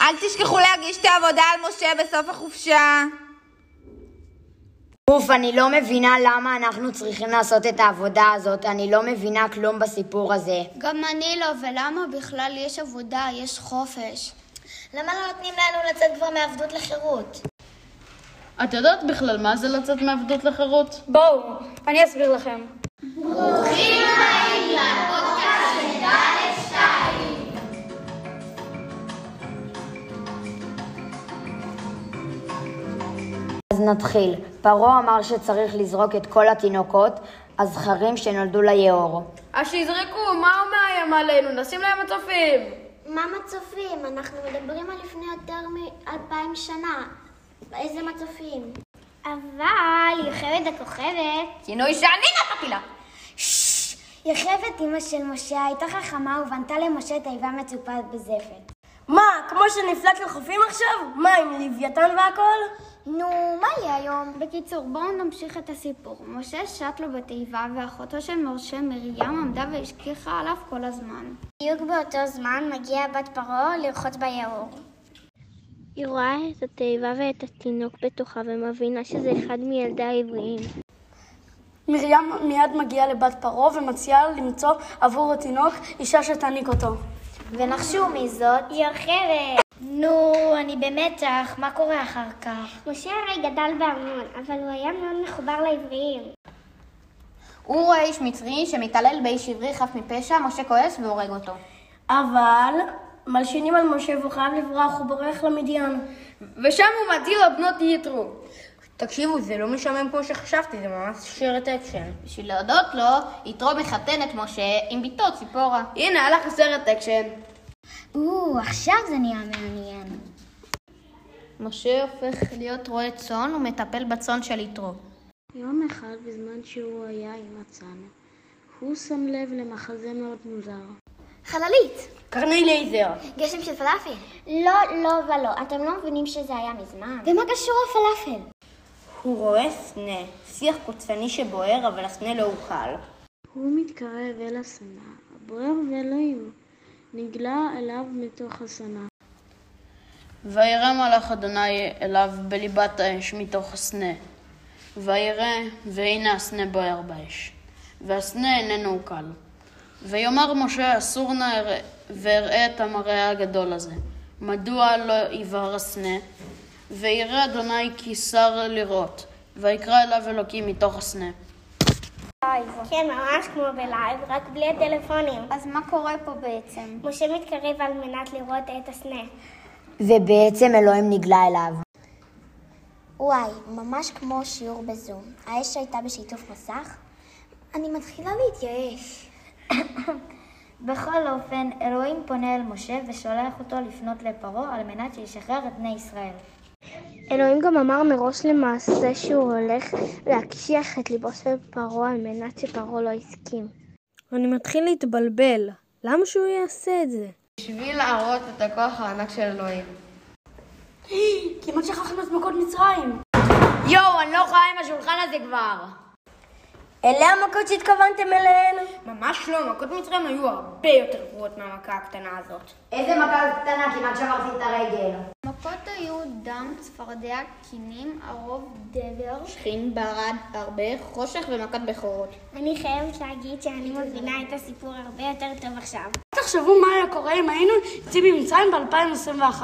אל תשכחו להגיש את העבודה על משה בסוף החופשה. אוף, אני לא מבינה למה אנחנו צריכים לעשות את העבודה הזאת. אני לא מבינה כלום בסיפור הזה. גם אני לא, ולמה בכלל יש עבודה, יש חופש? למה לא נותנים לנו לצאת כבר מעבדות לחירות? את יודעת בכלל מה זה לצאת מעבדות לחירות? בואו, אני אסביר לכם. ברוכים הבאים לפודקאסט של ד' 2. אז נתחיל. פרעה אמר שצריך לזרוק את כל התינוקות הזכרים שנולדו ליאור. אז שיזרקו, מה הוא מאיים עלינו? נשים להם מצופים. מה מצופים? אנחנו מדברים על לפני יותר מ-2000 שנה. איזה מצופים? אבל יוכבד הכוכבת... כינוי שאני נתתי לה. יוכבד אמא של משה הייתה חכמה ובנתה למשה תיבה מצופת בזפת. מה, כמו שנפלט לחופים עכשיו? מה, עם לוויתן והכל? נו, מה יהיה היום? בקיצור, בואו נמשיך את הסיפור. משה שט לו בתיבה, ואחותו של משה מרים עמדה והשכיחה עליו כל הזמן. בדיוק באותו זמן מגיעה בת פרעה לרחוץ ביאור. היא רואה את התיבה ואת התינוק בתוכה ומבינה שזה אחד מילדי העבריים. מרים מיד מגיעה לבת פרעה ומציעה למצוא עבור התינוק אישה שתעניק אותו. ונחשו מי זאת? יוכבד. נו, אני במתח, מה קורה אחר כך? משה הרי גדל בארמון, אבל הוא היה מאוד מחובר לעבריים. הוא רואה איש מצרי שמתעלל באיש עברי חף מפשע, משה כועס והורג אותו. אבל מלשינים על משה והוא חייב לברוח, הוא בורח למדיין. ושם הוא מתיר לבנות יתרו. תקשיבו, זה לא משעמם כמו שחשבתי, זה ממש סרט אקשן. בשביל להודות לו, יתרו מחתן את משה עם ביתו ציפורה. הנה, הלך סרט אקשן. עכשיו זה נהיה מעניין. משה הופך להיות רועה צאן ומטפל בצאן של יתרו. יום אחד, בזמן שהוא היה עם הצאן, הוא שם לב למחזה מאוד מוזר. חללית. קרני לייזר. גשם של פלאפל. לא ולא, אתם לא מבינים שזה היה מזמן. ומה קשור הפלאפל? הוא רואה סנה, שיח קוצני שבוער, אבל הסנה לא אוכל. הוא מתקרב אל הסנה, הבוער ואלוהים נגלה אליו מתוך הסנה. וירא מלאך אדוני אליו בליבת האש מתוך הסנה. וירא, והנה הסנה בוער באש, והסנה איננו אוכל. ויאמר משה, אסור נא ואראה את המראה הגדול הזה. מדוע לא יבהר הסנה? וירא אדוני כי שר לראות, ויקרא אליו אלוקים מתוך הסנה. כן, ממש כמו בלייב, רק בלי הטלפונים. אז מה קורה פה בעצם? משה מתקרב על מנת לראות את הסנה. ובעצם אלוהים נגלה אליו. וואי, ממש כמו שיעור בזום. האש הייתה בשיתוף מסך. אני מתחילה להתייאש. בכל אופן, אלוהים פונה אל משה ושולח אותו לפנות לפרעה על מנת שישחרר את בני ישראל. אלוהים גם אמר מראש למעשה שהוא הולך להקשיח את ליבו של פרעה על מנת שפרעה לא הסכים. אני מתחיל להתבלבל. למה שהוא יעשה את זה? בשביל להראות את הכוח הענק של אלוהים. כמעט שכחנו את מכות מצרים. יואו, אני לא יכולה עם השולחן הזה כבר. אלה המכות שהתכוונתם אליהן? ממש לא, מכות מצרים היו הרבה יותר גרועות מהמכה הקטנה הזאת. איזה מכה קטנה, כמעט שברתי את הרגל. מכות היו דם, צפרדע, קינים, ערוב, דבר. שכין, ברד, הרבה, חושך ומכת בכורות. אני חייבת להגיד שאני מבינה את הסיפור הרבה יותר טוב עכשיו. תחשבו מה היה קורה אם היינו יוצאים ממצרים ב-2021.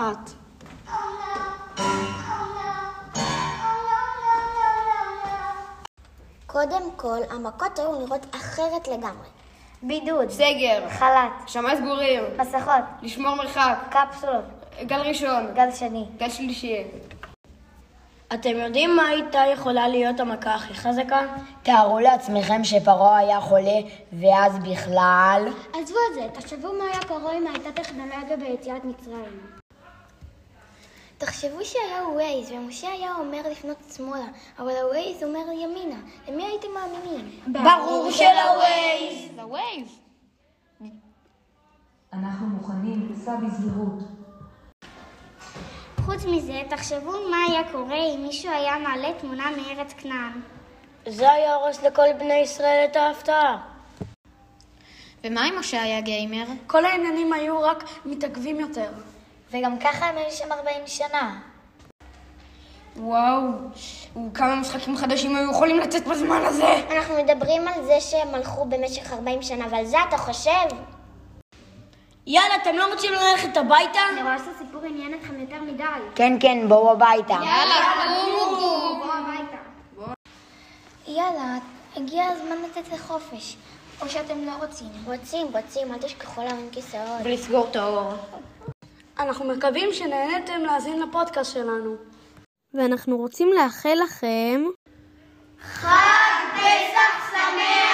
קודם כל, המכות היו נראות אחרת לגמרי. בידוד, סגר, חל"ת, שמיים סגורים, מסכות, לשמור מרחק, קפסולות, גל ראשון, גל שני. גל שלישי. אתם יודעים מה הייתה יכולה להיות המכה הכי חזקה? תארו לעצמכם שפרעה היה חולה ואז בכלל... עזבו את זה, תחשבו מה היה קורה אם הייתה טכנולוגיה ביציאת מצרים. תחשבו שהיה ווייז, ומשה היה אומר לפנות שמאלה, אבל הווייז אומר ימינה. למי הייתם מאמינים? ברור של הווייז! לווייז. אנחנו מוכנים, סע בזהירות. חוץ מזה, תחשבו מה היה קורה אם מישהו היה מעלה תמונה מארץ כנען. זה היה הורס לכל בני ישראל את ההפתעה. ומה אם משה היה גיימר? כל העניינים היו רק מתעכבים יותר. וגם ככה הם היו שם 40 שנה. וואו, כמה משחקים חדשים היו יכולים לצאת בזמן הזה. אנחנו מדברים על זה שהם הלכו במשך 40 שנה, ועל זה אתה חושב? יאללה, אתם לא רוצים ללכת הביתה? אני רואה שהסיפור עניין אתכם יותר מדי. כן, בואו הביתה. בואו הביתה. יאללה, הגיע הזמן לתת לחופש. או שאתם לא רוצים. רוצים, אל תשכחו להרים כיסאות. ולסגור את האור. אנחנו מקווים שנהנתם להאזין לפודקאסט שלנו. ואנחנו רוצים לאחל לכם חג פסח שמח!